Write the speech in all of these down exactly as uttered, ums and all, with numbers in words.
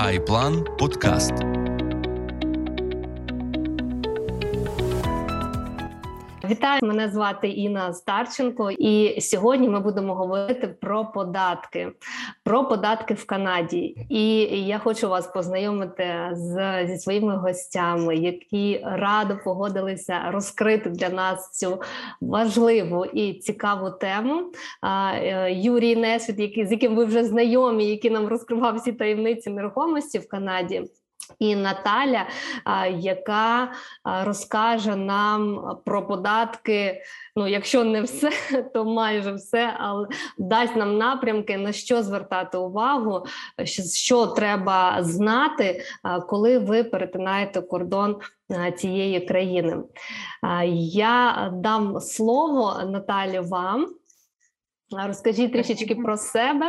iPlan подкаст. Вітаю, мене звати Інна Старченко, і сьогодні ми будемо говорити про податки, про податки в Канаді. І я хочу вас познайомити з, зі своїми гостями, які радо погодилися розкрити для нас цю важливу і цікаву тему. Юрій Несвіт, який, з яким ви вже знайомі, який нам розкривав всі таємниці нерухомості в Канаді. І Наталя, яка розкаже нам про податки, ну, якщо не все, то майже все, але дасть нам напрямки, на що звертати увагу, що треба знати, коли ви перетинаєте кордон цієї країни. Я дам слово, Наталі, вам. Розкажіть трішечки про себе.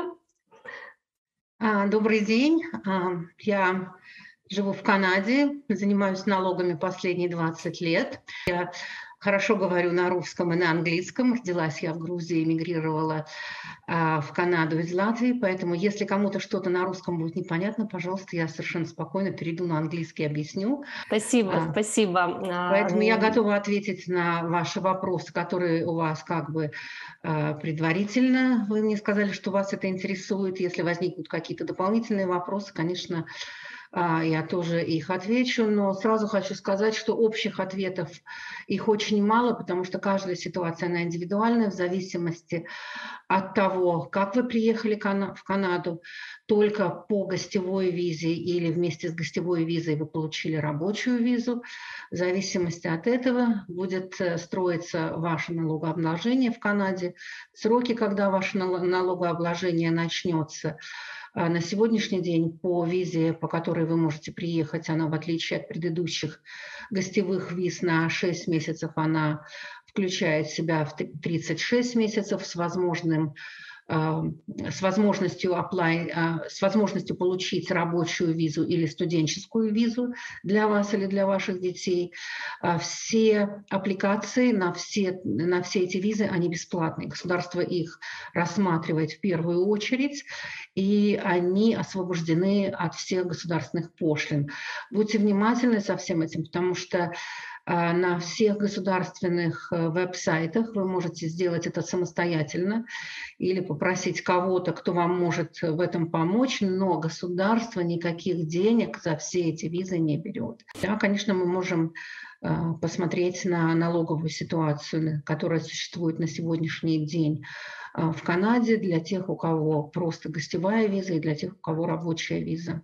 Добрый день. Я живу в Канаде, занимаюсь налогами последние двадцать лет. Я хорошо говорю на русском и на английском. Родилась я в Грузии, эмигрировала а, в Канаду из Латвии. Поэтому, если кому-то что-то на русском будет непонятно, пожалуйста, я совершенно спокойно перейду на английский и объясню. Спасибо, а, спасибо. Поэтому я готова ответить на ваши вопросы, которые у вас как бы а, предварительно. Вы мне сказали, что вас это интересует. Если возникнут какие-то дополнительные вопросы, конечно, я тоже их отвечу, но сразу хочу сказать, что общих ответов их очень мало, потому что каждая ситуация, она индивидуальная в зависимости от того, как вы приехали в Канаду, только по гостевой визе или вместе с гостевой визой вы получили рабочую визу. В зависимости от этого будет строиться ваше налогообложение в Канаде, сроки, когда ваше налогообложение начнется. На сегодняшний день по визе, по которой вы можете приехать, она, в отличие от предыдущих гостевых виз на шесть месяцев, она включает в себя в тридцать шесть месяцев с возможным с возможностью, apply, с возможностью получить рабочую визу или студенческую визу для вас или для ваших детей. Все аппликации на все, на все эти визы, они бесплатные. Государство их рассматривает в первую очередь, и они освобождены от всех государственных пошлин. Будьте внимательны со всем этим, потому что на всех государственных веб-сайтах вы можете сделать это самостоятельно или попросить кого-то, кто вам может в этом помочь, но государство никаких денег за все эти визы не берет. Да, конечно, мы можем посмотреть на налоговую ситуацию, которая существует на сегодняшний день в Канаде для тех, у кого просто гостевая виза, и для тех, у кого рабочая виза.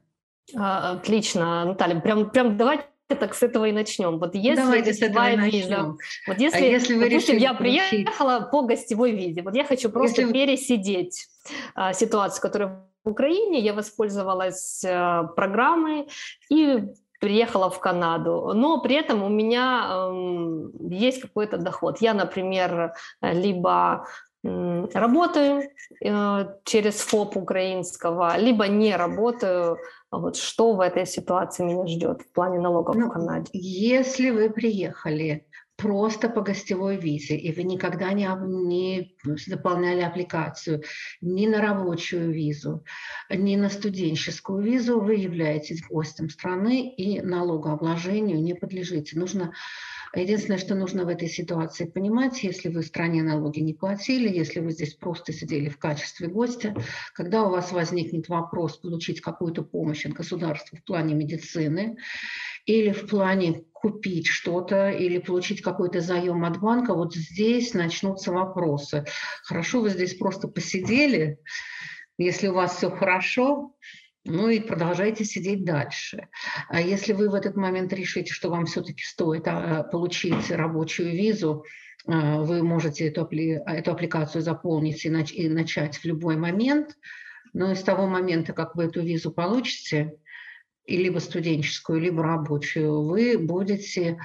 Отлично, Наталья. Прям, прям давайте так с этого и начнем. Вот если Давайте гостевая виза, вот если, а если вы допустим, я приехала получить... по гостевой визе, вот я хочу просто если... пересидеть а, ситуацию, которая в Украине, я воспользовалась а, программой и приехала в Канаду, но при этом у меня э, есть какой-то доход. Я, например, либо э, работаю э, через ФОП украинского, либо не работаю. Вот что в этой ситуации меня ждет в плане налогов ну, в Канаде? Если вы приехали просто по гостевой визе, и вы никогда не, не заполняли аппликацию ни на рабочую визу, ни на студенческую визу, вы являетесь гостем страны и налогообложению не подлежите. Нужно Единственное, что нужно в этой ситуации понимать, если вы в стране налоги не платили, если вы здесь просто сидели в качестве гостя, когда у вас возникнет вопрос получить какую-то помощь от государства в плане медицины или в плане купить что-то или получить какой-то заем от банка, вот здесь начнутся вопросы. Хорошо, вы здесь просто посидели, если у вас все хорошо, ну и продолжайте сидеть дальше. А если вы в этот момент решите, что вам все-таки стоит получить рабочую визу, вы можете эту, эту аппликацию заполнить и, нач и начать в любой момент. Но с того момента, как вы эту визу получите, и либо студенческую, либо рабочую, вы будете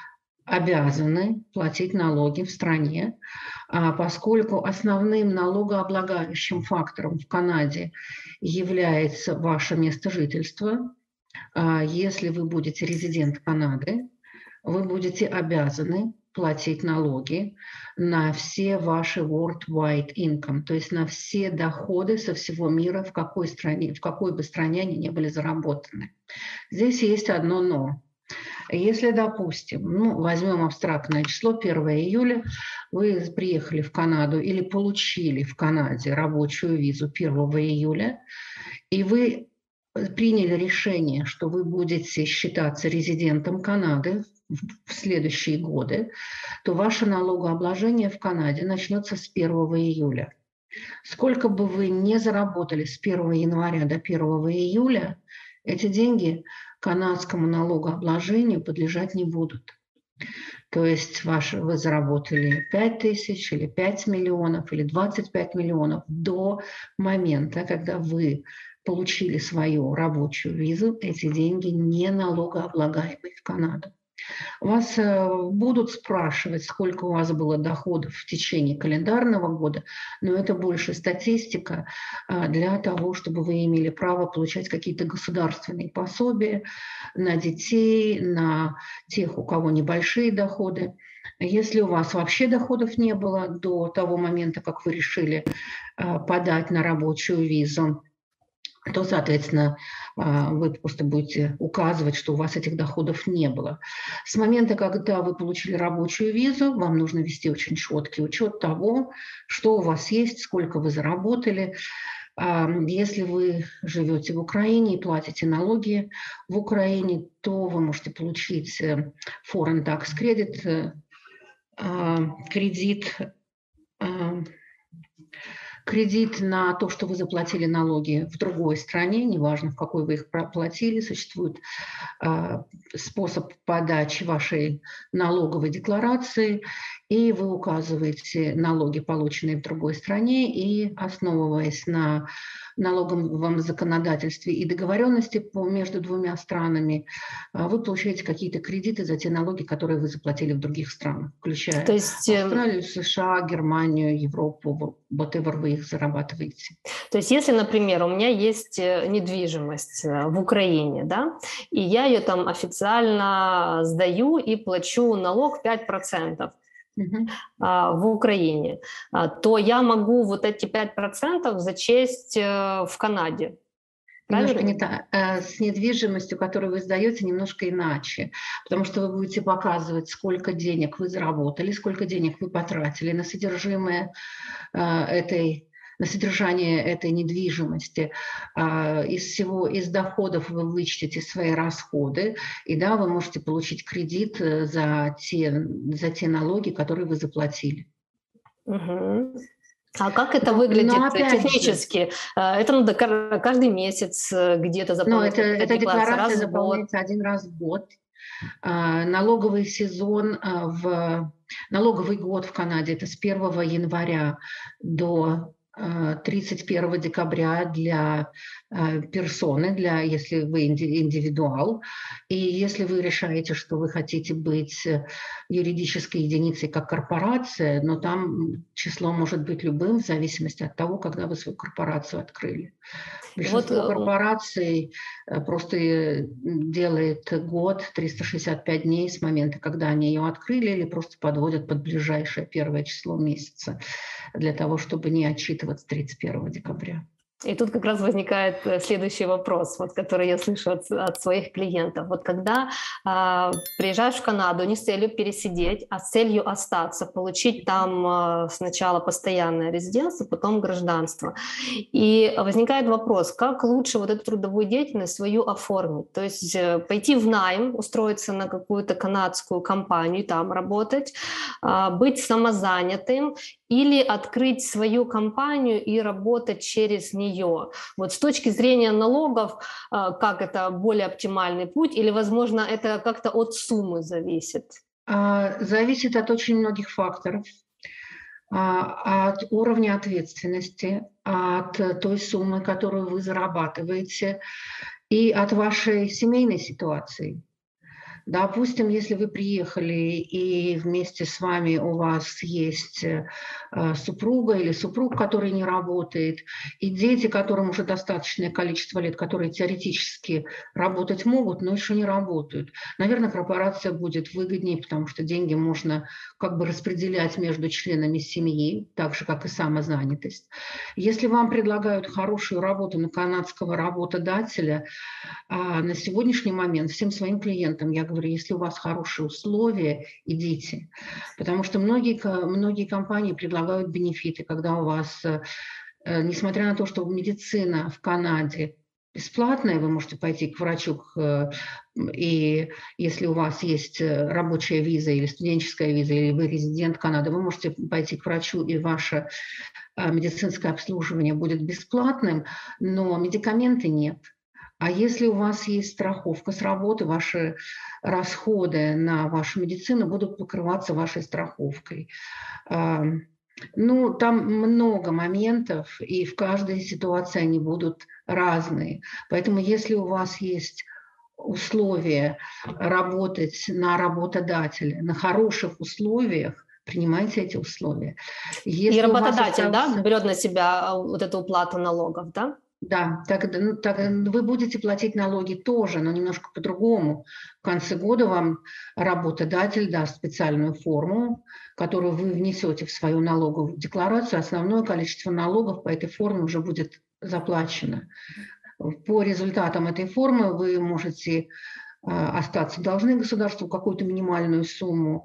обязаны платить налоги в стране, поскольку основным налогооблагающим фактором в Канаде является ваше место жительства. Если вы будете резидент Канады, вы будете обязаны платить налоги на все ваши worldwide income, то есть на все доходы со всего мира, в какой стране, в какой бы стране они не были заработаны. Здесь есть одно «но». Если, допустим, ну, возьмем абстрактное число, первое июля, вы приехали в Канаду или получили в Канаде рабочую визу первого июля, и вы приняли решение, что вы будете считаться резидентом Канады в следующие годы, то ваше налогообложение в Канаде начнется с первого июля. Сколько бы вы ни заработали с первого января до первого июля, эти деньги канадскому налогообложению подлежать не будут. То есть ваше, вы заработали пять тысяч или пять миллионов или двадцать пять миллионов до момента, когда вы получили свою рабочую визу, эти деньги не налогооблагаемы в Канаду. Вас будут спрашивать, сколько у вас было доходов в течение календарного года, но это больше статистика для того, чтобы вы имели право получать какие-то государственные пособия на детей, на тех, у кого небольшие доходы. Если у вас вообще доходов не было до того момента, как вы решили подать на рабочую визу, то, соответственно, вы просто будете указывать, что у вас этих доходов не было. С момента, когда вы получили рабочую визу, вам нужно вести очень четкий учет того, что у вас есть, сколько вы заработали. Если вы живете в Украине и платите налоги в Украине, то вы можете получить foreign tax credit, кредит, Кредит на то, что вы заплатили налоги в другой стране, неважно, в какой вы их платили, существует э, способ подачи вашей налоговой декларации, и вы указываете налоги, полученные в другой стране, и, основываясь на налоговом законодательстве и договоренности между двумя странами, вы получаете какие-то кредиты за те налоги, которые вы заплатили в других странах, включая То есть, Австралию, США, Германию, Европу, whatever вы их зарабатываете. То есть, если, например, у меня есть недвижимость в Украине, да, и я ее там официально сдаю и плачу налог пять процентов, Угу. в Украине, то я могу вот эти пять процентов зачесть в Канаде. Немножко Правильно? не так. С недвижимостью, которую вы сдаете, немножко иначе, потому что вы будете показывать, сколько денег вы заработали, сколько денег вы потратили на содержимое этой на содержание этой недвижимости. Из всего, из доходов вы вычтете свои расходы, и да, вы можете получить кредит за те, за те налоги, которые вы заплатили. Угу. А как это но, выглядит но технически? Же, это надо каждый месяц где-то заполнять? Но это, эта декларация раз заполняется один раз в год. Налоговый сезон, в, налоговый год в Канаде – это с первого января до тридцать первого декабря для персоны, для, если вы индивидуал. И если вы решаете, что вы хотите быть юридической единицей как корпорация, но там число может быть любым в зависимости от того, когда вы свою корпорацию открыли. Большинство вот, корпораций просто делает год, триста шестьдесят пять дней с момента, когда они ее открыли, или просто подводят под ближайшее первое число месяца для того, чтобы не отчитываться тридцать первого декабря. И тут как раз возникает следующий вопрос, вот, который я слышу от, от своих клиентов. Вот когда э, приезжаешь в Канаду не с целью пересидеть, а с целью остаться, получить там э, сначала постоянное резидентство, потом гражданство. И возникает вопрос, как лучше вот эту трудовую деятельность свою оформить? То есть э, пойти в найм, устроиться на какую-то канадскую компанию, там работать, э, быть самозанятым, или открыть свою компанию и работать через нее. Вот с точки зрения налогов, как это более оптимальный путь, или, возможно, это как-то от суммы зависит? Зависит от очень многих факторов. От уровня ответственности, от той суммы, которую вы зарабатываете, и от вашей семейной ситуации. Допустим, если вы приехали и вместе с вами у вас есть э, супруга или супруг, который не работает, и дети, которым уже достаточное количество лет, которые теоретически работать могут, но еще не работают. Наверное, корпорация будет выгоднее, потому что деньги можно как бы распределять между членами семьи, так же, как и самозанятость. Если вам предлагают хорошую работу на канадского работодателя, а на сегодняшний момент всем своим клиентам я говорю, если у вас хорошие условия, идите. Потому что многие, многие компании предлагают бенефиты, когда у вас, несмотря на то, что медицина в Канаде бесплатная, вы можете пойти к врачу, и если у вас есть рабочая виза или студенческая виза, или вы резидент Канады, вы можете пойти к врачу, и ваше медицинское обслуживание будет бесплатным, но медикаменты нет. А если у вас есть страховка с работы, ваши расходы на вашу медицину будут покрываться вашей страховкой. Ну, там много моментов, и в каждой ситуации они будут разные. Поэтому если у вас есть условия работать на работодателя, на хороших условиях, принимайте эти условия. Если и работодатель, остался... да, берет на себя вот эту уплату налогов, да? Да, так, ну, так вы будете платить налоги тоже, но немножко по-другому. В конце года вам работодатель даст специальную форму, которую вы внесете в свою налоговую декларацию. Основное количество налогов по этой форме уже будет заплачено. По результатам этой формы вы можете остаться должны государству какую-то минимальную сумму,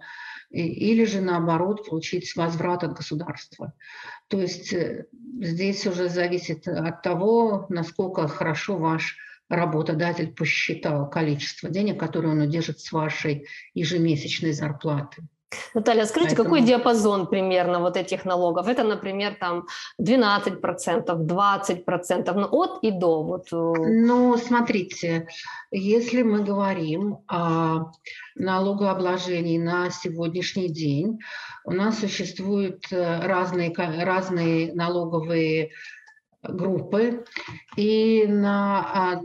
или же наоборот получить возврат от государства. То есть здесь уже зависит от того, насколько хорошо ваш работодатель посчитал количество денег, которые он удержит с вашей ежемесячной зарплаты. Наталья, скажите, Поэтому... какой диапазон примерно вот этих налогов? Это, например, там двенадцать процентов, двадцать процентов, ну, от и до. Вот. Ну, смотрите, если мы говорим о налогообложении на сегодняшний день, у нас существуют разные, разные налоговые группы, и на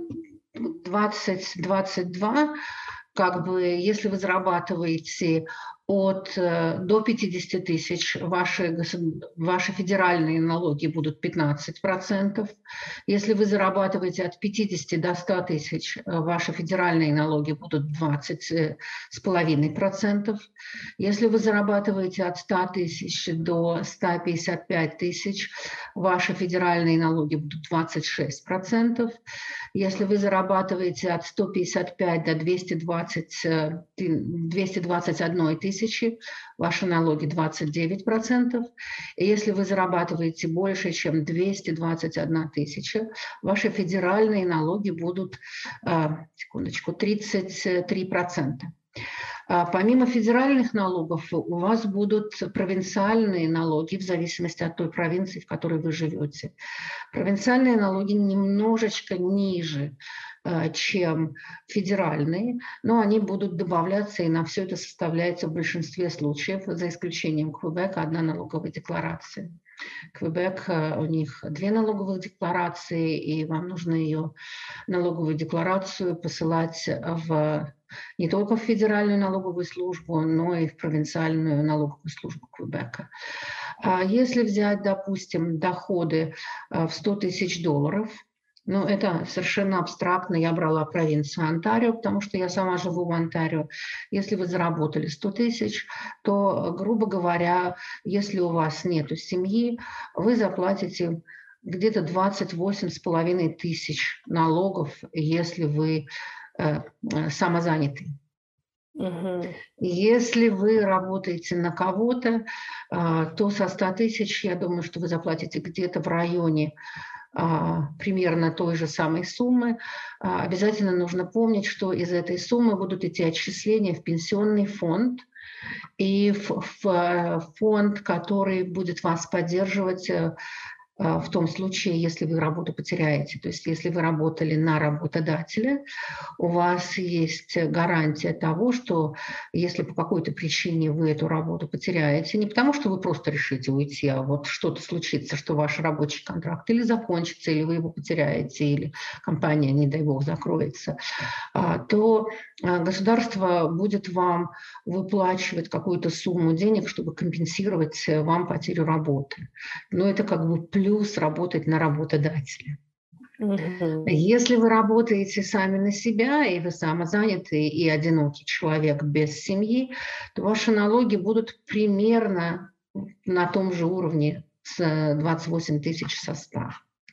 двадцать двадцать два, как бы, если вы зарабатываете от до пятидесяти тысяч, ваши, ваши федеральные налоги будут пятнадцать процентов. Если вы зарабатываете от пятидесяти до ста тысяч, ваши федеральные налоги будут двадцать с половиной процентов. Если вы зарабатываете от ста тысяч до ста пятидесяти пяти тысяч, ваши федеральные налоги будут двадцать шесть процентов. Если вы зарабатываете от ста пятидесяти пяти до двухсот двадцати, двухсот двадцати одной тысячи, ваши налоги двадцать девять процентов. И если вы зарабатываете больше, чем двести двадцать одна тысяча, ваши федеральные налоги будут, секундочку, тридцать три процента. Помимо федеральных налогов у вас будут провинциальные налоги в зависимости от той провинции, в которой вы живете. Провинциальные налоги немножечко ниже, чем федеральные, но они будут добавляться, и на все это составляется в большинстве случаев, за исключением Квебека, одна налоговая декларация. Квебек, у них две налоговых декларации, и вам нужно ее налоговую декларацию посылать в, не только в федеральную налоговую службу, но и в провинциальную налоговую службу Квебека. Если взять, допустим, доходы в сто тысяч долларов, ну, это совершенно абстрактно. Я брала провинцию Онтарио, потому что я сама живу в Онтарио. Если вы заработали сто тысяч, то, грубо говоря, если у вас нет семьи, вы заплатите где-то двадцать восемь с половиной тысяч налогов, если вы э, самозанятый. Угу. Если вы работаете на кого-то, э, то со ста тысяч, я думаю, что вы заплатите где-то в районе примерно той же самой суммы. Обязательно нужно помнить, что из этой суммы будут идти отчисления в пенсионный фонд и в фонд, который будет вас поддерживать в том случае, если вы работу потеряете. То есть если вы работали на работодателя, у вас есть гарантия того, что если по какой-то причине вы эту работу потеряете, не потому что вы просто решите уйти, а вот что-то случится, что ваш рабочий контракт или закончится, или вы его потеряете, или компания, не дай бог, закроется, то государство будет вам выплачивать какую-то сумму денег, чтобы компенсировать вам потерю работы. Но это как бы плюс работать на работодателя. Мгм. Если вы работаете сами на себя, и вы самозанятый и одинокий человек без семьи, то ваши налоги будут примерно на том же уровне с двадцать восемь тысяч со ста.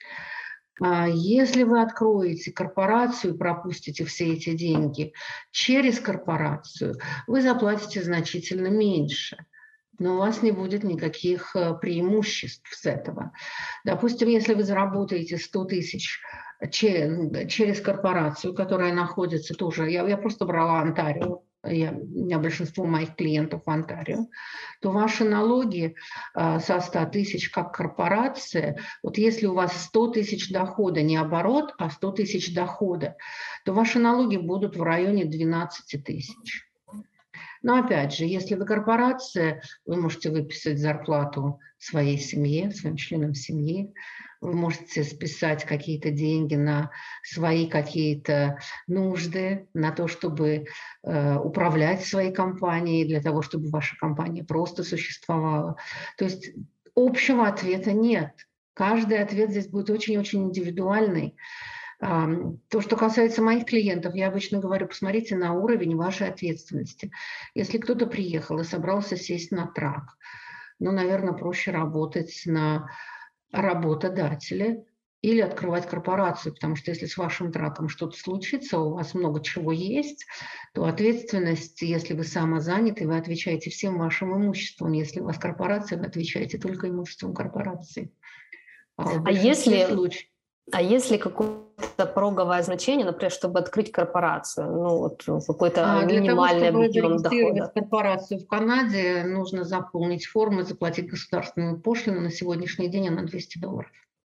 Если вы откроете корпорацию, пропустите все эти деньги через корпорацию, вы заплатите значительно меньше, но у вас не будет никаких преимуществ с этого. Допустим, если вы заработаете сто тысяч через корпорацию, которая находится тоже, я, я просто брала Онтарио, я, у меня большинство моих клиентов в Онтарио, то ваши налоги э, со ста тысяч как корпорация, вот если у вас сто тысяч дохода, не оборот, а сто тысяч дохода, то ваши налоги будут в районе двенадцати тысяч. Но опять же, если вы корпорация, вы можете выписать зарплату своей семье, своим членам семьи, вы можете списать какие-то деньги на свои какие-то нужды, на то, чтобы э, управлять своей компанией, для того, чтобы ваша компания просто существовала. То есть общего ответа нет. Каждый ответ здесь будет очень-очень индивидуальный. То, что касается моих клиентов, я обычно говорю, посмотрите на уровень вашей ответственности. Если кто-то приехал и собрался сесть на трак, ну, наверное, проще работать на работодателя или открывать корпорацию, потому что если с вашим траком что-то случится, у вас много чего есть, то ответственность, если вы самозаняты, вы отвечаете всем вашим имуществом. Если у вас корпорация, вы отвечаете только имуществом корпорации. А, в а если... случаев... А если какое-то пороговое значение, например, чтобы открыть корпорацию, ну вот какой-то а, минимальный объем дохода? Для того, чтобы зарегистрировать корпорацию в Канаде, нужно заполнить форму и заплатить государственную пошлину. На сегодняшний день она двести долларов.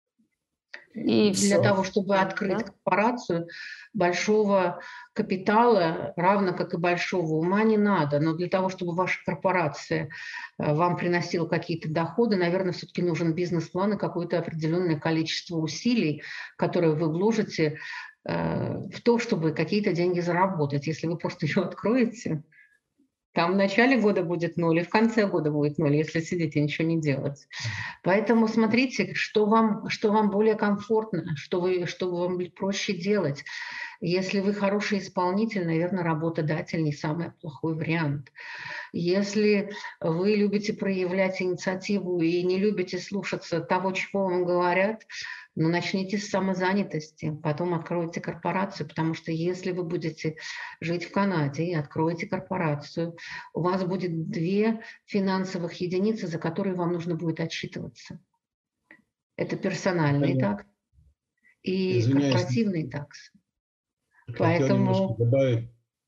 И для все. того, чтобы открыть да? корпорацию, большого капитала, равно как и большого ума, не надо. Но для того, чтобы ваша корпорация вам приносила какие-то доходы, наверное, все-таки нужен бизнес-план и какое-то определенное количество усилий, которые вы вложите в то, чтобы какие-то деньги заработать. Если вы просто ее откроете, там в начале года будет ноль, и в конце года будет ноль, если сидеть и ничего не делать. Поэтому смотрите, что вам, что вам более комфортно, что, вы, что вам проще делать. Если вы хороший исполнитель, наверное, работодатель не самый плохой вариант. Если вы любите проявлять инициативу и не любите слушаться того, чего вам говорят, ну, начните с самозанятости, потом откройте корпорацию, потому что если вы будете жить в Канаде и откроете корпорацию, у вас будет две финансовых единицы, за которые вам нужно будет отчитываться. Это персональный такс и Извиняюсь, корпоративный такс. Хотел Поэтому... немножко добавить,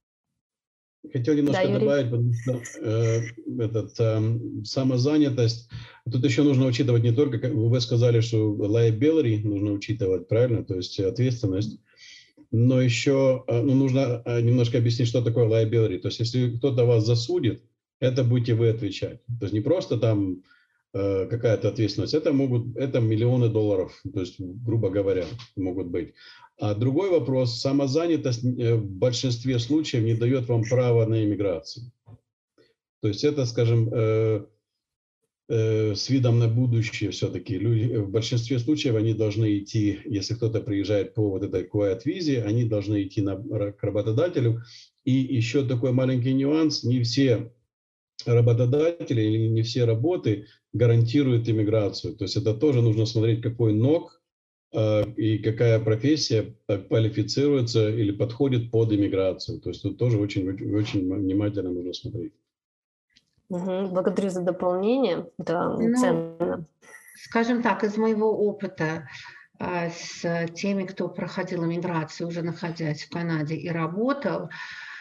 хотел немножко да, добавить, потому что э, этот, э, самозанятость, тут еще нужно учитывать не только, как вы сказали, что liability нужно учитывать, правильно, то есть ответственность, но еще ну, нужно немножко объяснить, что такое liability. То есть если кто-то вас засудит, это будете вы отвечать. То есть не просто там э, какая-то ответственность, это могут, это миллионы долларов, то есть, грубо говоря, могут быть. А другой вопрос, самозанятость в большинстве случаев не дает вам права на иммиграцию. То есть это, скажем, э, э, с видом на будущее все-таки. Люди, в большинстве случаев они должны идти, если кто-то приезжает по вот этой quiet визе, они должны идти на, к работодателю. И еще такой маленький нюанс, не все работодатели или не все работы гарантируют иммиграцию. То есть это тоже нужно смотреть, какой ног и какая профессия квалифицируется или подходит под иммиграцию. То есть тут тоже очень, очень внимательно нужно смотреть. Угу. Благодарю за дополнение. Да, ну, ценно. Скажем так, из моего опыта с теми, кто проходил иммиграцию, уже находясь в Канаде и работал,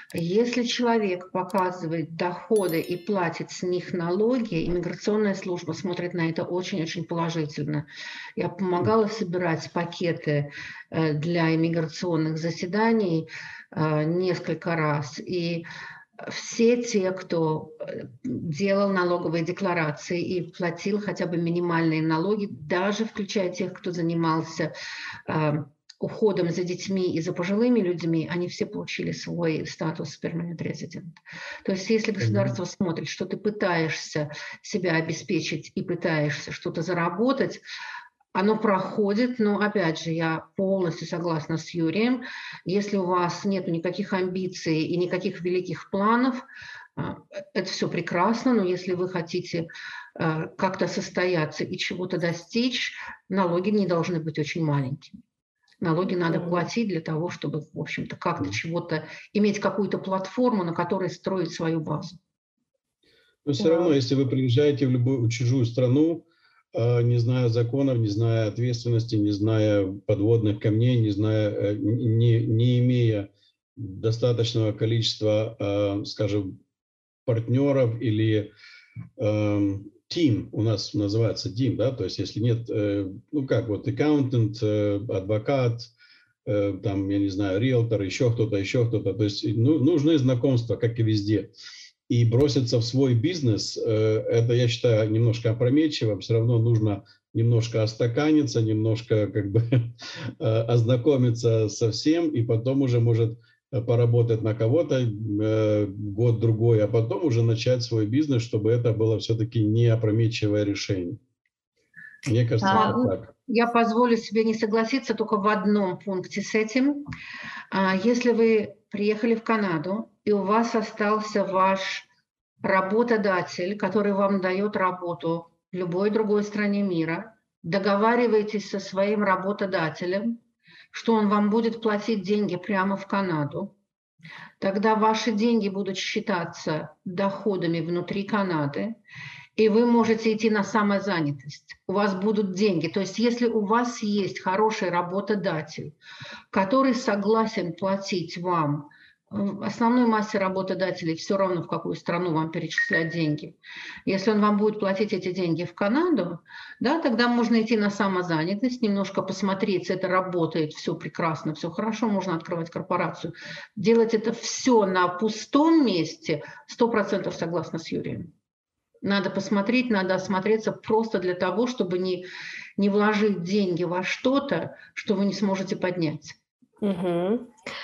Если человек показывает доходы и платит с них налоги, иммиграционная служба смотрит на это очень-очень положительно. Я помогала собирать пакеты для иммиграционных заседаний несколько раз, и все те, кто делал налоговые декларации и платил хотя бы минимальные налоги, даже включая тех, кто занимался э, уходом за детьми и за пожилыми людьми, они все получили свой статус permanent resident. То есть если государство mm-hmm. смотрит, что ты пытаешься себя обеспечить и пытаешься что-то заработать, оно проходит, но, опять же, я полностью согласна с Юрием. Если у вас нет никаких амбиций и никаких великих планов, это все прекрасно, но если вы хотите как-то состояться и чего-то достичь, налоги не должны быть очень маленькими. Налоги надо платить для того, чтобы, в общем-то, как-то чего-то, иметь какую-то платформу, на которой строить свою базу. Но все равно, если вы приезжаете в любую чужую страну, не зная законов, не зная ответственности, не зная подводных камней, не зная, не, не имея достаточного количества, скажем, партнеров или тим, у нас называется тим, да, то есть если нет, ну как вот аккаунтент, адвокат, там, я не знаю, риэлтор, еще кто-то, еще кто-то, то есть ну, нужны знакомства, как и везде. И броситься в свой бизнес, это, я считаю, немножко опрометчиво. Все равно нужно немножко остаканиться, немножко как бы ознакомиться со всем, и потом уже, может, поработать на кого-то год-другой, а потом уже начать свой бизнес, чтобы это было все-таки не опрометчивое решение. Мне кажется, а, это так. Я позволю себе не согласиться только в одном пункте с этим. Если вы приехали в Канаду, и у вас остался ваш работодатель, который вам дает работу в любой другой стране мира, договариваетесь со своим работодателем, что он вам будет платить деньги прямо в Канаду, тогда ваши деньги будут считаться доходами внутри Канады, и вы можете идти на самозанятость. У вас будут деньги. То есть если у вас есть хороший работодатель, который согласен платить вам, в основной массе работодателей все равно, в какую страну вам перечислять деньги. Если он вам будет платить эти деньги в Канаду, да, тогда можно идти на самозанятость, немножко посмотреть, это работает, все прекрасно, все хорошо, можно открывать корпорацию. Делать это все на пустом месте, сто процентов согласна с Юрием. Надо посмотреть, надо осмотреться просто для того, чтобы не, не вложить деньги во что-то, что вы не сможете поднять. Угу.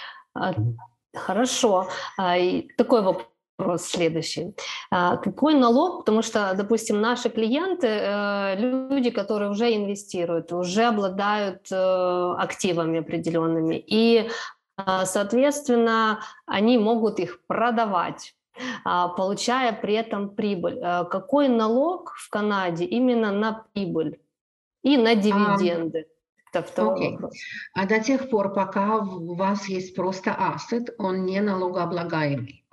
Хорошо. Такой вопрос следующий. Какой налог, потому что, допустим, наши клиенты, люди, которые уже инвестируют, уже обладают активами определенными, и, соответственно, они могут их продавать, получая при этом прибыль. Какой налог в Канаде именно на прибыль и на дивиденды? Это второй okay. вопрос. А до тех пор, пока у вас есть просто ассет, он не налогооблагаемый.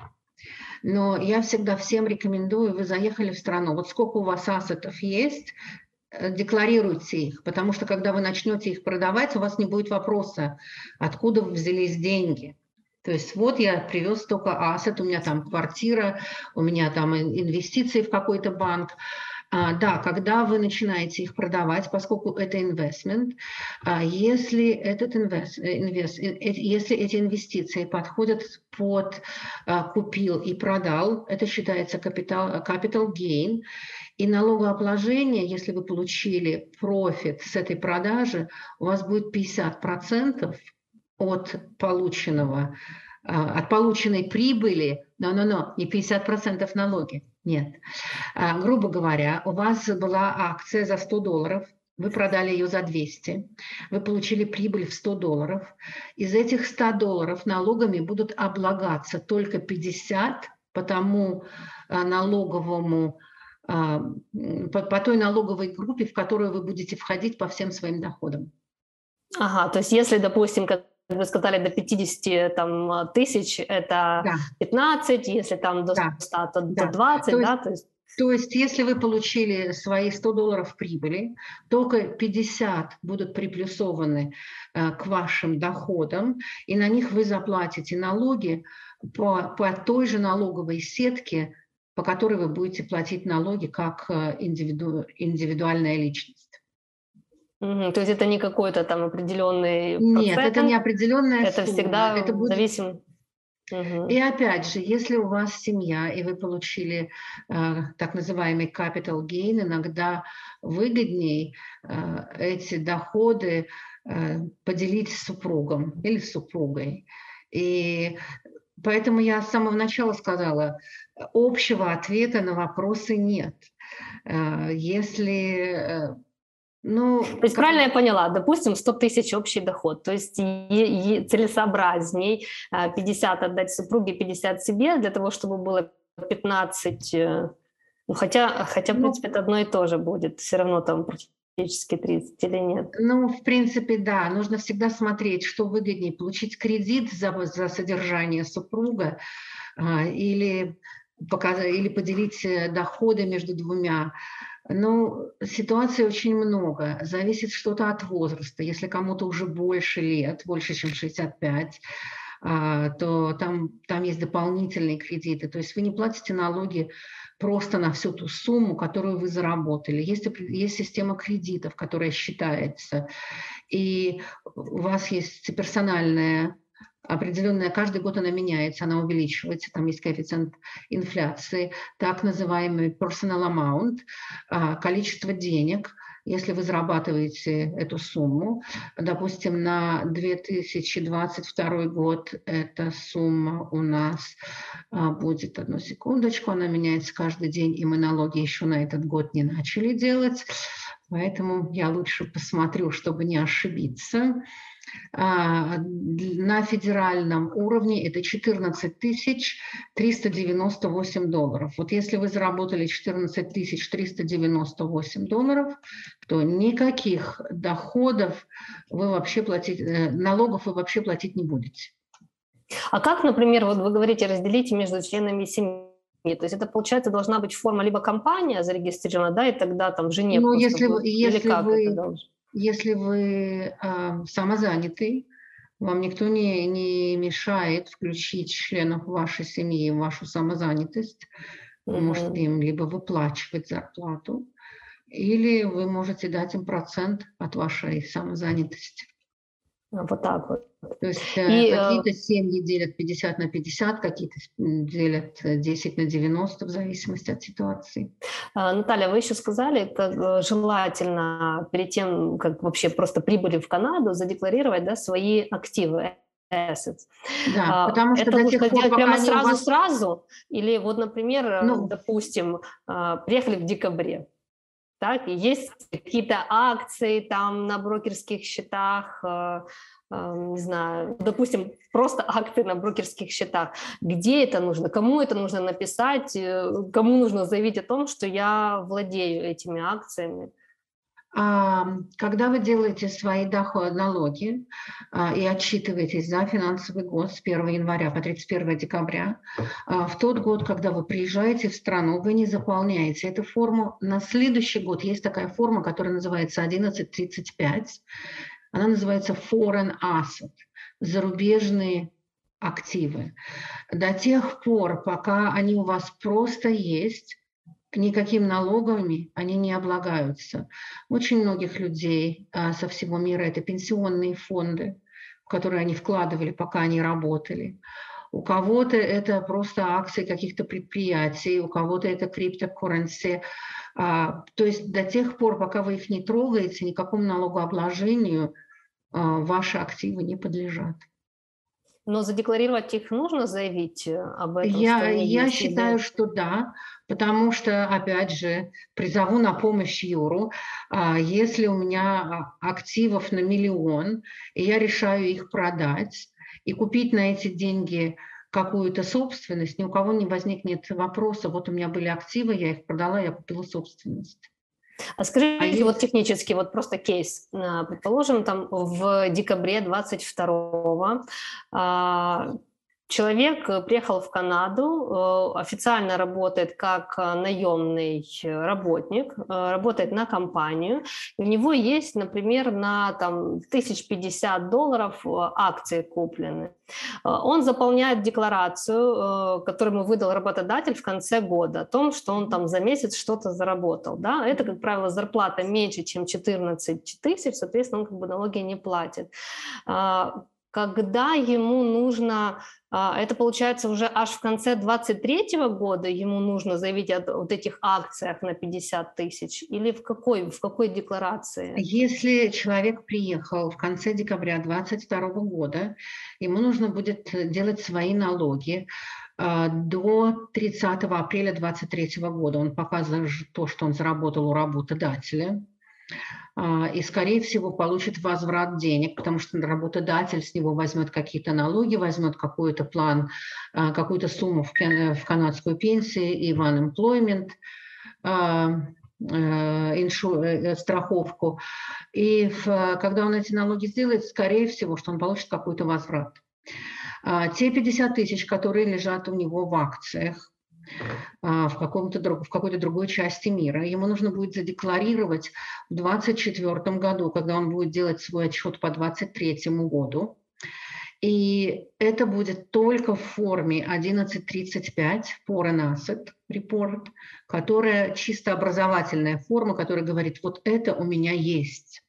Но я всегда всем рекомендую, вы заехали в страну, вот сколько у вас ассетов есть, декларируйте их, потому что когда вы начнете их продавать, у вас не будет вопроса, откуда взялись деньги. То есть вот я привез только ассет, у меня там квартира, у меня там инвестиции в какой-то банк. А, да, когда вы начинаете их продавать, поскольку это инвестмент, а, если, этот инвест, инвест, если эти инвестиции подходят под а, купил и продал, это считается capital, capital gain, и налогообложение, если вы получили профит с этой продажи, у вас будет пятьдесят процентов от полученного, от полученной прибыли, но-но-но, не пятьдесят процентов налоги, нет. А, грубо говоря, у вас была акция за сто долларов, вы продали ее за двести, вы получили прибыль в сто долларов, из этих ста долларов налогами будут облагаться только пятьдесят по тому а, налоговому, а, по, по той налоговой группе, в которую вы будете входить по всем своим доходам. Ага, то есть если, допустим, как вы сказали, до пятидесяти там, тысяч это да. пятнадцать, если там до ста, да. то да. до двадцати, то да? Есть, то, есть... то есть если вы получили свои сто долларов прибыли, только пятьдесят будут приплюсованы э, к вашим доходам, и на них вы заплатите налоги по, по той же налоговой сетке, по которой вы будете платить налоги как индивиду, индивидуальная личность. Угу. То есть это не какой-то там определенный Нет, процент? это не определенная это сумма. Всегда это будет... зависимо. Угу. И опять же, если у вас семья, и вы получили э, так называемый capital gain, иногда выгодней э, эти доходы э, поделить с супругом или с супругой. И поэтому я с самого начала сказала, общего ответа на вопросы нет. Э, если... Э, Ну, то есть как... правильно я поняла, допустим, сто тысяч общий доход, то есть е- е- целесообразней пятьдесят отдать супруге, пятьдесят себе, для того, чтобы было пятнадцать, ну, хотя, хотя, в ну, принципе, это одно и то же будет, все равно там практически тридцать или нет? Ну, в принципе, да, нужно всегда смотреть, что выгоднее, получить кредит за, за содержание супруга а, или, показ... или поделить доходы между двумя. Ну, ситуаций очень много. Зависит что-то от возраста. Если кому-то уже больше лет, больше, чем шестьдесят пять, то там, там есть дополнительные кредиты. То есть вы не платите налоги просто на всю ту сумму, которую вы заработали. Есть, есть система кредитов, которая считается. И у вас есть персональная определенная, каждый год она меняется, она увеличивается, там есть коэффициент инфляции, так называемый personal amount, количество денег, если вы зарабатываете эту сумму. Допустим, на две тысячи двадцать второй год эта сумма у нас будет, одну секундочку, она меняется каждый день, и мы налоги еще на этот год не начали делать, поэтому я лучше посмотрю, чтобы не ошибиться. На федеральном уровне это четырнадцать тысяч триста девяносто восемь долларов. Вот если вы заработали четырнадцать тысяч триста девяносто восемь долларов, то никаких доходов вы вообще платить, налогов вы вообще платить не будете. А как, например, вот вы говорите, разделите между членами семьи? То есть это, получается, должна быть форма либо компания зарегистрирована, да, и тогда там жене ну, просто если, будет, если или как вы, это должно? Если вы э, самозанятый, вам никто не, не мешает включить членов вашей семьи в вашу самозанятость. Вы можете им либо выплачивать зарплату, или вы можете дать им процент от вашей самозанятости. Вот так вот. То есть И, какие-то семьи делят пятьдесят на пятьдесят, какие-то делят десять на девяносто, в зависимости от ситуации. Наталья, вы еще сказали, как желательно перед тем, как вообще просто прибыли в Канаду, задекларировать, да, свои активы. Assets. Да, потому что это до нужно тех пор, делать прямо пока сразу-сразу? вас... Или вот, например, ну, допустим, приехали в декабре, так, и есть какие-то акции там на брокерских счетах, не знаю, допустим, просто акции на брокерских счетах. Где это нужно? Кому это нужно написать? Кому нужно заявить о том, что я владею этими акциями? Когда вы делаете свои доходы, налоги и отчитываетесь за финансовый год с первого января по тридцать первое декабря, в тот год, когда вы приезжаете в страну, вы не заполняете эту форму. На следующий год есть такая форма, которая называется одиннадцать тридцать пять. Она называется Foreign Asset, зарубежные активы. До тех пор, пока они у вас просто есть, никаким налогами они не облагаются. Очень многих людей а, со всего мира это пенсионные фонды, в которые они вкладывали, пока они работали. У кого-то это просто акции каких-то предприятий, у кого-то это криптокурренси. А, то есть до тех пор, пока вы их не трогаете, никакому налогообложению а, ваши активы не подлежат. Но задекларировать их нужно, заявить об этом? Я, что они я есть, считаю, или... что да, потому что, опять же, призову на помощь Юру. Если у меня активов на миллион, и я решаю их продать и купить на эти деньги какую-то собственность, ни у кого не возникнет вопроса, вот у меня были активы, я их продала, я купила собственность. А скажите, а есть... вот технически, вот просто кейс. Предположим, там в декабре двадцать второго Человек приехал в Канаду, официально работает как наемный работник, работает на компанию. У него есть, например, на там, тысяч пятьдесят долларов акции куплены. Он заполняет декларацию, которую ему выдал работодатель в конце года, о том, что он там за месяц что-то заработал. Да? Это, как правило, зарплата меньше, чем четырнадцать тысяч, соответственно, он как бы налоги не платит. Когда ему нужно, это получается уже аж в конце двадцать третьего года, ему нужно заявить о вот этих акциях на пятьдесят тысяч, или в какой, в какой декларации? Если человек приехал в конце декабря двадцать второго года, ему нужно будет делать свои налоги до тридцатого апреля двадцать третьего года. Он показывает то, что он заработал у работодателя. И, скорее всего, получит возврат денег, потому что работодатель с него возьмет какие-то налоги, возьмет какой-то план, какую-то сумму в канадскую пенсию и в unemployment, страховку. И когда он эти налоги сделает, скорее всего, что он получит какой-то возврат. Те пятьдесят тысяч, которые лежат у него в акциях, в, каком-то, в какой-то другой части мира. Ему нужно будет задекларировать в двадцать четвёртом году, когда он будет делать свой отчет по двадцать третьему году. И это будет только в форме одиннадцать тридцать пять, Foreign Asset Report, которая чисто образовательная форма, которая говорит, вот это у меня есть.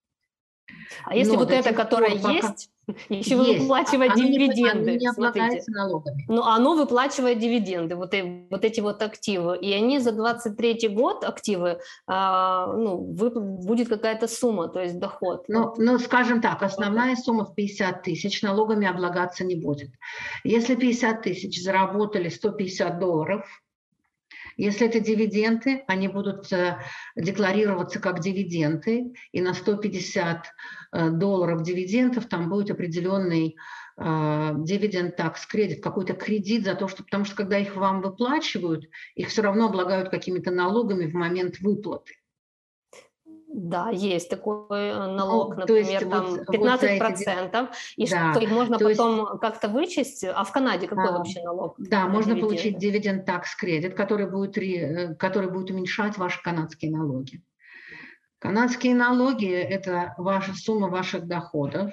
А если Но вот это, которое есть, еще есть. Выплачивать оно дивиденды, не, не облагается налогами. Ну, оно выплачивает дивиденды, вот, и, вот эти вот активы. И они за двадцать третий год, активы, а, ну, вы, будет какая-то сумма, то есть доход. Ну, ну, скажем так, основная сумма в пятьдесят тысяч налогами облагаться не будет. Если пятьдесят тысяч заработали сто пятьдесят долларов, если это дивиденды, они будут декларироваться как дивиденды, и на сто пятьдесят долларов дивидендов там будет определенный дивиденд такс кредит, какой-то кредит за то, что, потому что когда их вам выплачивают, их все равно облагают какими-то налогами в момент выплаты. Да, есть такой налог, ну, например, есть там вот, пятнадцать процентов, вот и да, что их можно потом есть... как-то вычесть. А в Канаде какой а, вообще налог? Да, можно дивиденды? Получить дивиденд такс кредит, который будет, который будет уменьшать ваши канадские налоги. Канадские налоги – это ваша сумма ваших доходов.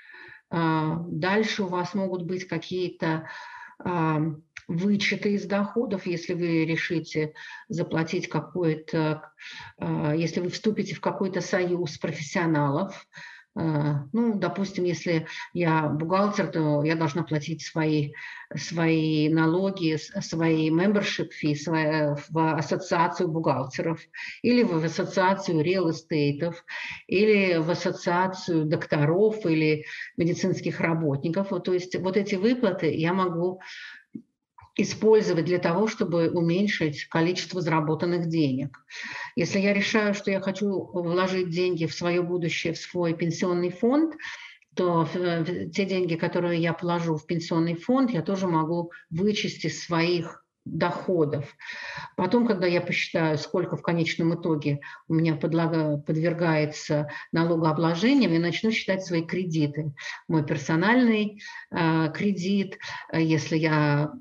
Дальше у вас могут быть какие-то вычеты из доходов, если вы решите заплатить какой-то, если вы вступите в какой-то союз профессионалов. Ну, допустим, если я бухгалтер, то я должна платить свои, свои налоги, свои membership fee свои, в ассоциацию бухгалтеров, или в ассоциацию real estate, или в ассоциацию докторов или медицинских работников. Вот, то есть вот эти выплаты я могу использовать для того, чтобы уменьшить количество заработанных денег. Если я решаю, что я хочу вложить деньги в свое будущее, в свой пенсионный фонд, то те деньги, которые я положу в пенсионный фонд, я тоже могу вычесть из своих доходов. Потом, когда я посчитаю, сколько в конечном итоге у меня подвергается налогообложению, я начну считать свои кредиты. Мой персональный э, кредит, если я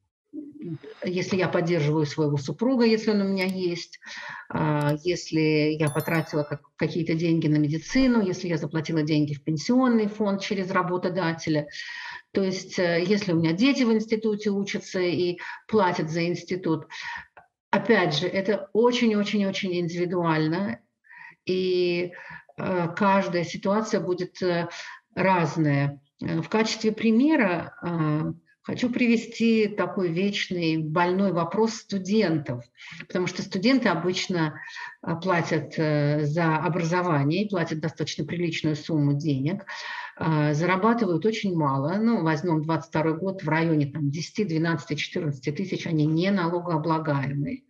если я поддерживаю своего супруга, если он у меня есть, если я потратила какие-то деньги на медицину, если я заплатила деньги в пенсионный фонд через работодателя. То есть если у меня дети в институте учатся и платят за институт. Опять же, это очень-очень-очень индивидуально, и каждая ситуация будет разная. В качестве примера хочу привести такой вечный больной вопрос студентов, потому что студенты обычно платят за образование, платят достаточно приличную сумму денег, зарабатывают очень мало, ну, возьмем двадцать второй год, в районе там, десять, двенадцать, четырнадцать тысяч, они не налогооблагаемые.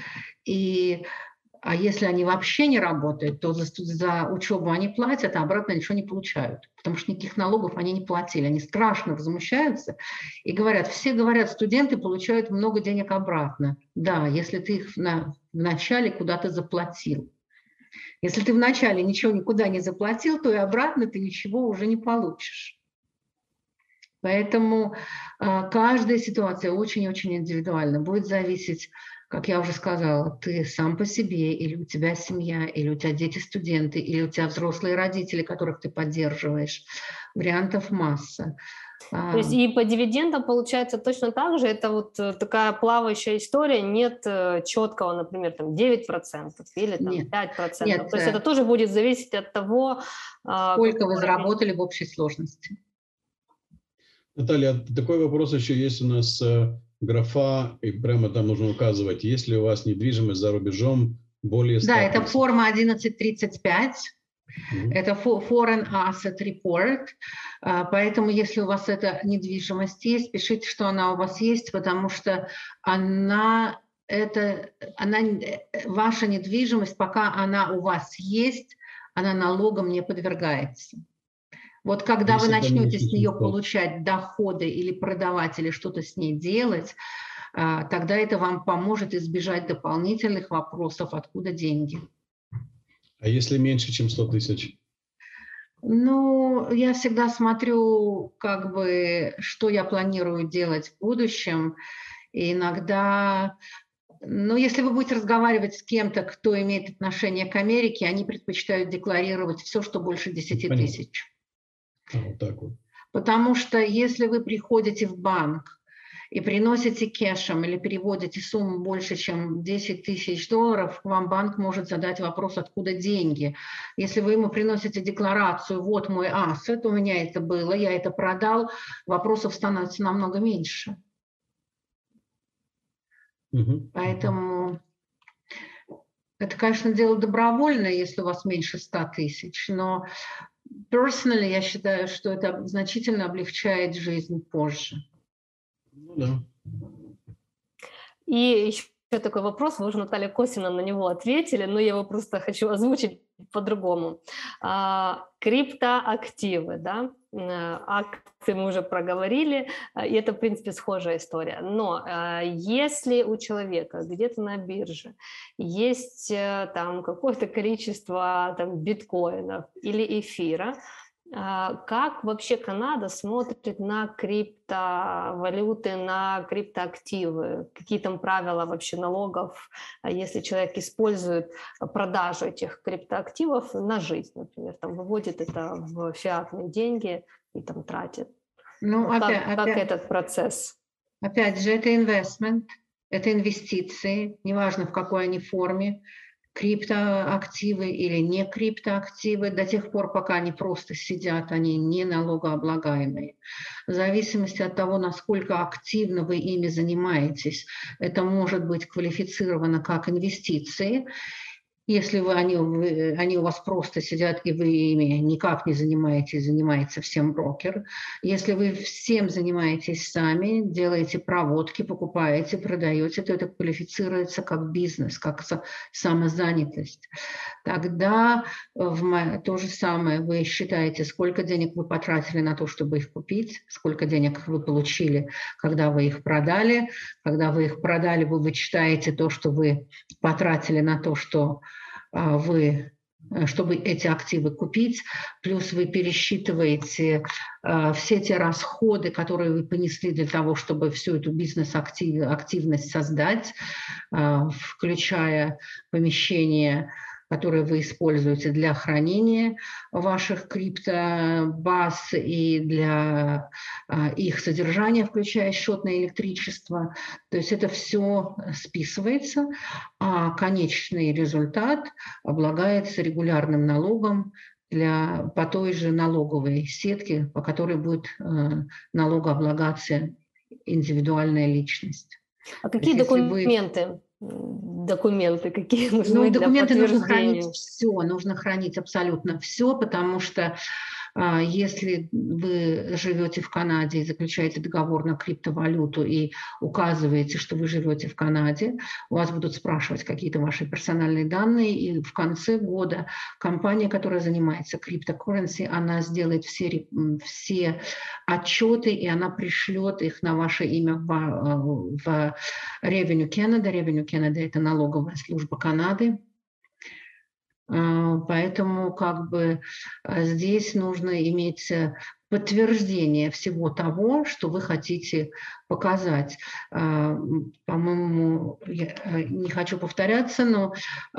И А если они вообще не работают, то за, за учебу они платят, а обратно ничего не получают, потому что никаких налогов они не платили. Они страшно возмущаются и говорят, все говорят, студенты получают много денег обратно. Да, если ты их на, вначале куда-то заплатил. Если ты вначале ничего никуда не заплатил, то и обратно ты ничего уже не получишь. Поэтому э, каждая ситуация очень-очень индивидуальна. Будет зависеть, как я уже сказала, ты сам по себе, или у тебя семья, или у тебя дети-студенты, или у тебя взрослые родители, которых ты поддерживаешь. Вариантов масса. То есть и по дивидендам получается точно так же, это вот такая плавающая история, нет четкого, например, там девять процентов или там Нет, пять процентов. нет, То есть это тоже будет зависеть от того, сколько вы заработали в общей сложности. Наталья, такой вопрос еще есть у нас, графа, и прямо там нужно указывать, есть ли у вас недвижимость за рубежом более ста Да, это тысяч. форма одиннадцать тридцать пять. Mm-hmm. Это Foreign Asset Report. Поэтому, если у вас эта недвижимость есть, пишите, что она у вас есть, потому что она, это, она, ваша недвижимость, пока она у вас есть, она налогом не подвергается. Вот когда вы начнете с нее получать доходы или продавать, или что-то с ней делать, тогда это вам поможет избежать дополнительных вопросов, откуда деньги. А если меньше, чем сто тысяч? Ну, я всегда смотрю, как бы, что я планирую делать в будущем. И иногда, ну, если вы будете разговаривать с кем-то, кто имеет отношение к Америке, они предпочитают декларировать все, что больше десяти тысяч. А, вот так вот. Потому что если вы приходите в банк и приносите кэшем или переводите сумму больше, чем десять тысяч долларов, вам банк может задать вопрос, откуда деньги. Если вы ему приносите декларацию, вот мой ассет, у меня это было, я это продал, вопросов становится намного меньше. Угу. Поэтому это, конечно, дело добровольное, если у вас меньше ста тысяч, но personally я считаю, что это значительно облегчает жизнь позже. Ну да. И еще такой вопрос, вы уже, Наталья, косвенно на него ответили, но я его просто хочу озвучить по-другому. А, криптоактивы, да, акции мы уже проговорили, и это, в принципе, схожая история. Но а, если у человека где-то на бирже есть там какое-то количество там, биткоинов или эфира, как вообще Канада смотрит на криптовалюты, на криптоактивы? Какие там правила вообще налогов, если человек использует продажу этих криптоактивов на жизнь, например, там выводит это в фиатные деньги и там тратит? Ну, как, опять, как опять, этот процесс? Опять же, это инвестмент, это инвестиции, неважно в какой они форме. Криптоактивы или не криптоактивы, до тех пор, пока они просто сидят, они не налогооблагаемые. В зависимости от того, насколько активно вы ими занимаетесь, это может быть квалифицировано как инвестиции. Если вы, они, вы, они у вас просто сидят, и вы ими никак не занимаетесь, занимается всем брокер. Если вы всем занимаетесь сами, делаете проводки, покупаете, продаете, то это квалифицируется как бизнес, как самозанятость. Тогда в, то же самое, вы считаете, сколько денег вы потратили на то, чтобы их купить, сколько денег вы получили, когда вы их продали. Когда вы их продали, вы вычитаете то, что вы потратили на то, что вы, чтобы эти активы купить, плюс вы пересчитываете э, все те расходы, которые вы понесли для того, чтобы всю эту бизнес-активность создать, э, включая помещение, которые вы используете для хранения ваших криптобаз и для а, их содержания, включая счет на электричество. То есть это все списывается, а конечный результат облагается регулярным налогом для, по той же налоговой сетке, по которой будет э, налогооблагаться индивидуальная личность. А какие документы? Вы... Документы какие нужны ну, для документы подтверждения? нужно хранить все, нужно хранить абсолютно все, потому что а, если вы живете в Канаде и заключаете договор на криптовалюту и указываете, что вы живете в Канаде, у вас будут спрашивать какие-то ваши персональные данные, и в конце года компания, которая занимается криптокурренси, она сделает все, все отчеты, и она пришлет их на ваше имя в, в Revenue Canada. Revenue Canada – это налоговая служба Канады. Поэтому как бы здесь нужно иметь подтверждение всего того, что вы хотите показать. По-моему, я не хочу повторяться, но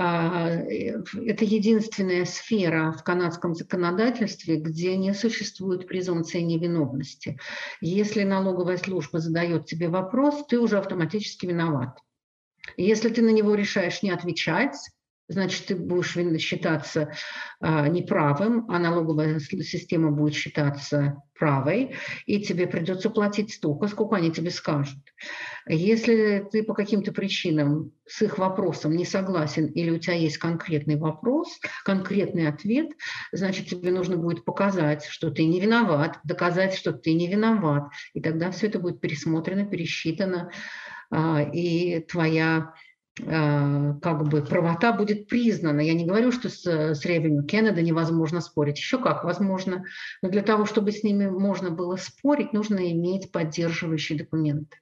это единственная сфера в канадском законодательстве, где не существует презумпции невиновности. Если налоговая служба задает тебе вопрос, ты уже автоматически виноват. Если ты на него решаешь не отвечать, значит, ты будешь считаться а, неправым, а налоговая система будет считаться правой, и тебе придется платить столько, сколько они тебе скажут. Если ты по каким-то причинам с их вопросом не согласен или у тебя есть конкретный вопрос, конкретный ответ, значит, тебе нужно будет показать, что ты не виноват, доказать, что ты не виноват, и тогда все это будет пересмотрено, пересчитано, а, и твоя как бы правота будет признана. Я не говорю, что с, с Revenue Canada невозможно спорить. Еще как возможно. Но для того, чтобы с ними можно было спорить, нужно иметь поддерживающие документы.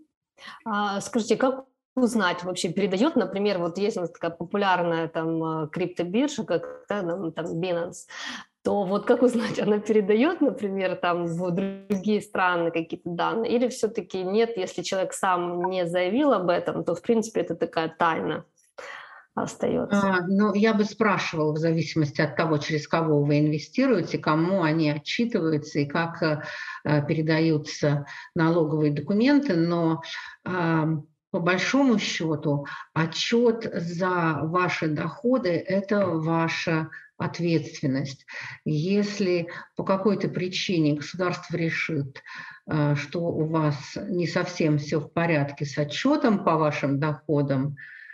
А, скажите, как узнать вообще, передает, например, вот есть у нас такая популярная там криптобиржа, как там, там Binance, то вот как узнать, она передает, например, там в другие страны какие-то данные, или все-таки нет, если человек сам не заявил об этом, то в принципе это такая тайна остается? А, ну, я бы спрашивала в зависимости от того, через кого вы инвестируете, кому они отчитываются и как а, передаются налоговые документы, но а, по большому счету отчет за ваши доходы – это ваша ответственность. Если по какой-то причине государство решит, что у вас не совсем все в порядке с отчетом по вашим доходам,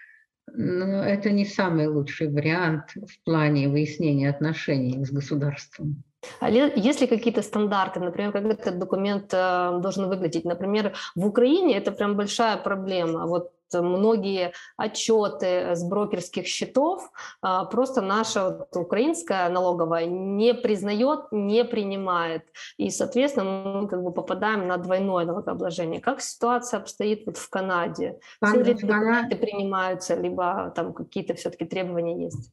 но это не самый лучший вариант в плане выяснения отношений с государством. А есть ли какие-то стандарты, например, как этот документ должен выглядеть? Например, в Украине это прям большая проблема. Вот многие отчеты с брокерских счетов просто наша вот, украинская налоговая не признает, не принимает. И, соответственно, мы как бы попадаем на двойное налогообложение. Как ситуация обстоит вот в Канаде? Все ли документы принимаются, либо там какие-то все-таки требования есть?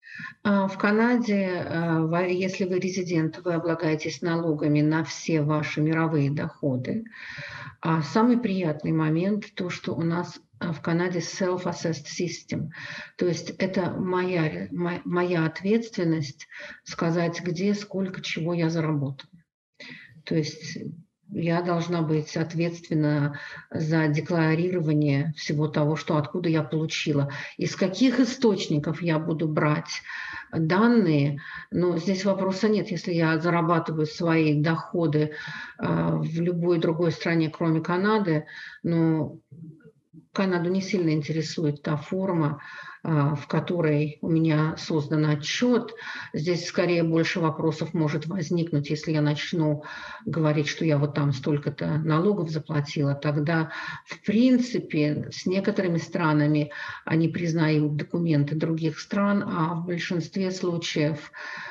В Канаде, если вы резидент, вы облагаетесь налогами на все ваши мировые доходы. А самый приятный момент то, что у нас в Канаде self-assessed system. То есть это моя, моя ответственность сказать, где, сколько, чего я заработала. То есть я должна быть ответственна за декларирование всего того, что откуда я получила. Из каких источников я буду брать данные. Но здесь вопроса нет. Если я зарабатываю свои доходы в любой другой стране, кроме Канады, но Канаду не сильно интересует та форма, в которой у меня создан отчет. Здесь скорее больше вопросов может возникнуть, если я начну говорить, что я вот там столько-то налогов заплатила. Тогда, в принципе, с некоторыми странами они признают документы других стран, а в большинстве случаев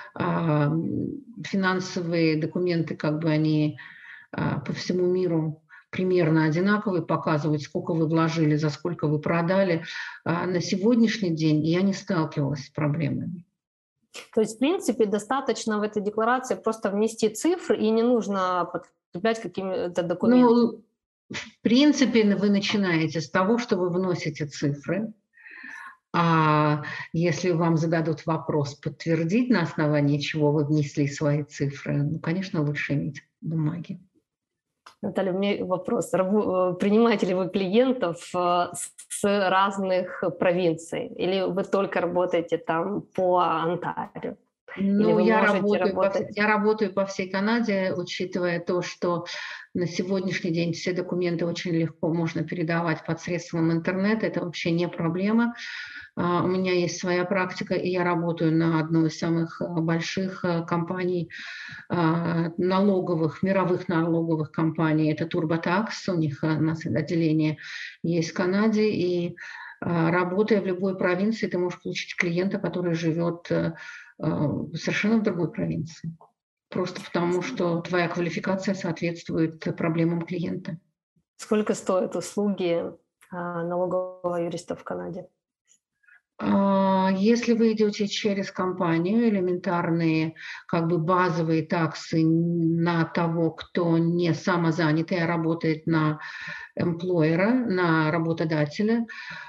финансовые документы, как бы они по всему миру примерно одинаковые, показывают, сколько вы вложили, за сколько вы продали. А на сегодняшний день я не сталкивалась с проблемами. То есть, в принципе, достаточно в этой декларации просто внести цифры, и не нужно подкреплять какими-то документами? Ну, в принципе, вы начинаете с того, что вы вносите цифры. А если вам зададут вопрос, подтвердить, на основании чего вы внесли свои цифры, ну, конечно, лучше иметь бумаги. Наталья, у меня вопрос. Принимаете ли вы клиентов с разных провинций? Или вы только работаете там по Онтарио? Ну, я работаю, по, я работаю по всей Канаде, учитывая то, что на сегодняшний день все документы очень легко можно передавать посредством интернета. Это вообще не проблема. У меня есть своя практика, и я работаю на одной из самых больших компаний налоговых, мировых налоговых компаний. Это TurboTax, у них отделение есть в Канаде. И работая в любой провинции, ты можешь получить клиента, который живет совершенно в другой провинции. Просто потому, что твоя квалификация соответствует проблемам клиента. Сколько стоят услуги налогового юриста в Канаде? Если вы идете через компанию, элементарные, как бы базовые таксы на того, кто не самозанятый, а работает на эмплойера, на работодателя.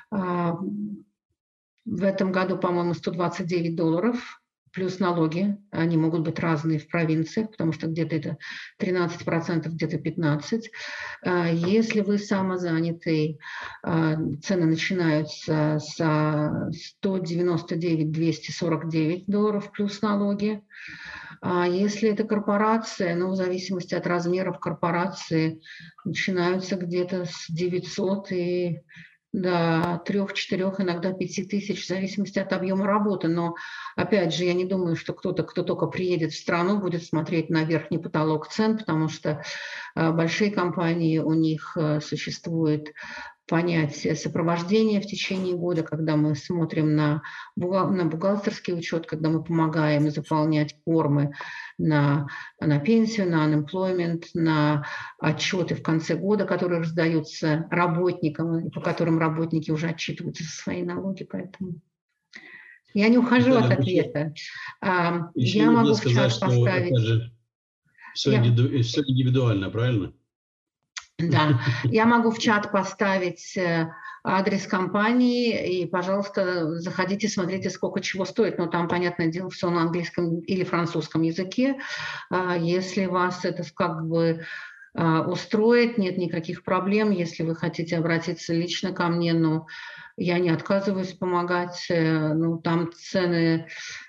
В этом году, по-моему, сто двадцать девять долларов плюс налоги. Они могут быть разные в провинциях, потому что где-то это тринадцать процентов, где-то пятнадцать процентов. Если вы самозанятый, цены начинаются с сто девяносто девять двести сорок девять долларов плюс налоги. Если это корпорация, ну, в зависимости от размеров корпорации, начинаются где-то с девятисот и до трех-четырех, иногда пяти тысяч, в зависимости от объема работы. Но, опять же, я не думаю, что кто-то, кто только приедет в страну, будет смотреть на верхний потолок цен, потому что большие компании, у них существует понятие сопровождения в течение года, когда мы смотрим на, на бухгалтерский учет, когда мы помогаем заполнять формы на, на пенсию, на unemployment, на отчеты в конце года, которые раздаются работникам, по которым работники уже отчитываются за свои налоги. Поэтому я не ухожу Виталий, от ответа. Еще Я нужно могу сказать, в чат что поставить... опять же, все, Я... индивиду... все индивидуально, правильно? Да, я могу в чат поставить адрес компании, и, пожалуйста, заходите, смотрите, сколько чего стоит. Но там, понятное дело, все на английском или французском языке. Если вас это как бы устроит, нет никаких проблем. Если вы хотите обратиться лично ко мне, ну, я не отказываюсь помогать. Ну, там цены...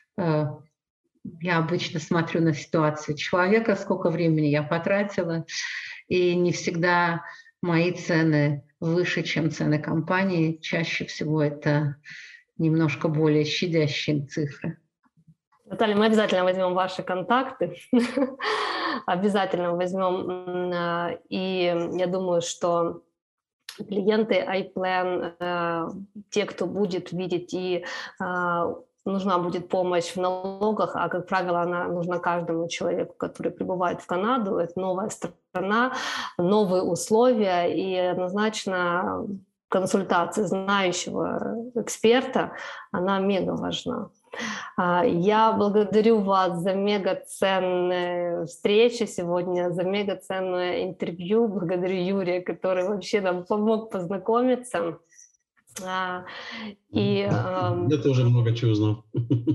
Я обычно смотрю на ситуацию человека, сколько времени я потратила, и не всегда мои цены выше, чем цены компании. Чаще всего это немножко более щадящие цифры. Наталья, мы обязательно возьмем ваши контакты, обязательно возьмем, и я думаю, что клиенты iPlan, те, кто будет видеть и нужна будет помощь в налогах, а, как правило, она нужна каждому человеку, который прибывает в Канаду. Это новая страна, новые условия, и однозначно консультация знающего эксперта, она мега важна. Я благодарю вас за мегаценную встречу сегодня, за мегаценное интервью. Благодарю Юрия, который вообще нам помог познакомиться. И, я тоже много чего узнал.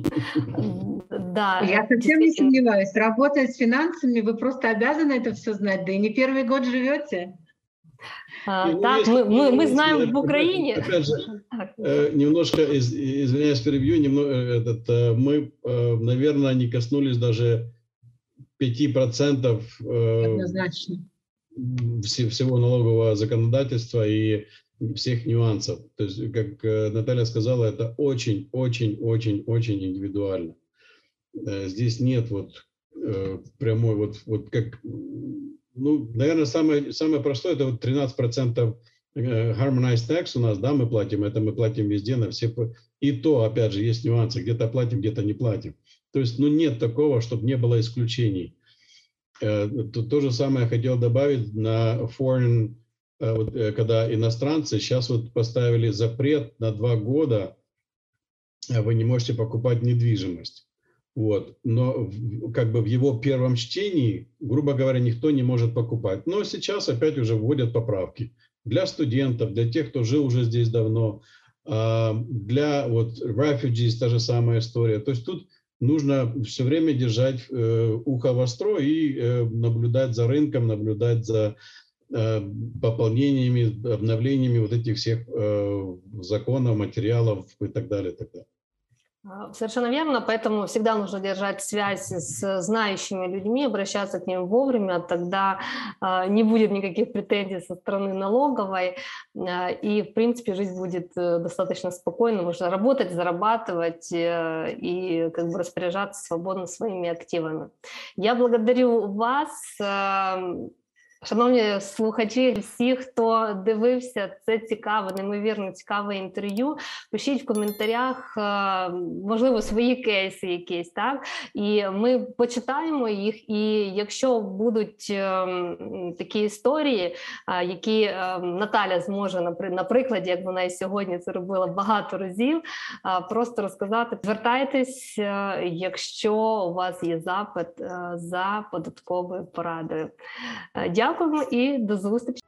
Да, я совсем не сомневаюсь. Работая с финансами, вы просто обязаны это все знать. Да и не первый год живете. А, ну, так, мы, мы, мы знаем если, в Украине. Опять же, э, немножко, из, извиняюсь, перебью, немного, этот, э, мы, э, наверное, не коснулись даже пяти процентов э, всего налогового законодательства и всех нюансов. То есть, как Наталья сказала, это очень-очень-очень-очень индивидуально. Здесь нет вот прямой, вот, вот как, ну, наверное, самое, самое простое, это вот тринадцать процентов harmonized tax у нас, да, мы платим, это мы платим везде, на все, и то, опять же, есть нюансы, где-то платим, где-то не платим. То есть, ну, нет такого, чтобы не было исключений. То, то же самое я хотел добавить на foreign. Вот, когда иностранцы сейчас вот поставили запрет на два года, вы не можете покупать недвижимость. Вот. Но как бы в его первом чтении, грубо говоря, никто не может покупать. Но сейчас опять уже вводят поправки для студентов, для тех, кто жил уже здесь давно, для вот refugees та же самая история. То есть тут нужно все время держать ухо востро и наблюдать за рынком, наблюдать за пополнениями, обновлениями вот этих всех э, законов, материалов и так далее, и так далее. Совершенно верно, поэтому всегда нужно держать связь с знающими людьми, обращаться к ним вовремя, тогда э, не будет никаких претензий со стороны налоговой, э, и, в принципе, жизнь будет э, достаточно спокойной, можно работать, зарабатывать э, и как бы распоряжаться свободно своими активами. Я благодарю вас. Э, Шановні слухачі, всі, хто дивився це цікаве, неймовірно цікаве інтерв'ю, пишіть в коментарях, можливо, свої кейси якісь, так? І ми почитаємо їх, і якщо будуть такі історії, які Наталя зможе, на прикладі, як вона і сьогодні це робила багато разів, просто розказати, звертайтесь, якщо у вас є запит за податковою порадою. Дякуємо і до зустрічі.